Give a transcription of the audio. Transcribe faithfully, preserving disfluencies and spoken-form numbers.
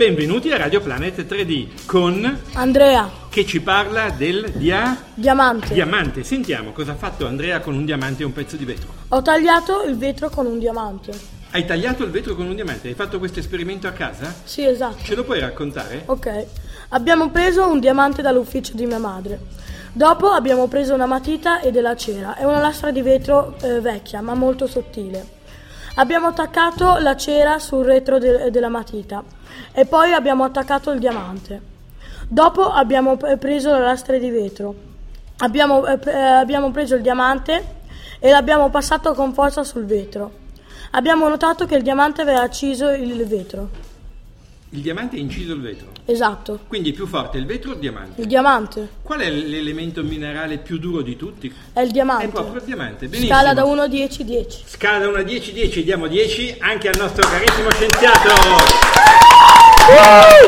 Benvenuti a Radio Planet tre D con Andrea, che ci parla del dia... diamante. diamante. Sentiamo cosa ha fatto Andrea con un diamante e un pezzo di vetro. Ho tagliato il vetro con un diamante. Hai tagliato il vetro con un diamante? Hai fatto questo esperimento a casa? Sì, esatto. Ce lo puoi raccontare? Ok. Abbiamo preso un diamante dall'ufficio di mia madre. Dopo abbiamo preso una matita e della cera e una lastra di vetro eh, vecchia, ma molto sottile. Abbiamo attaccato la cera sul retro de- della matita e poi abbiamo attaccato il diamante. Dopo abbiamo p- preso la lastra di vetro. Abbiamo, eh, pre- abbiamo preso il diamante e l'abbiamo passato con forza sul vetro. Abbiamo notato che il diamante aveva acciso il vetro. Il diamante ha inciso il vetro. Esatto. Quindi più forte il vetro o il diamante? Il diamante. Qual è l'elemento minerale più duro di tutti? È il diamante. È proprio il diamante. Benissimo. Scala da uno a dieci, dieci. Scala da uno a dieci, dieci. Diamo dieci anche al nostro carissimo scienziato.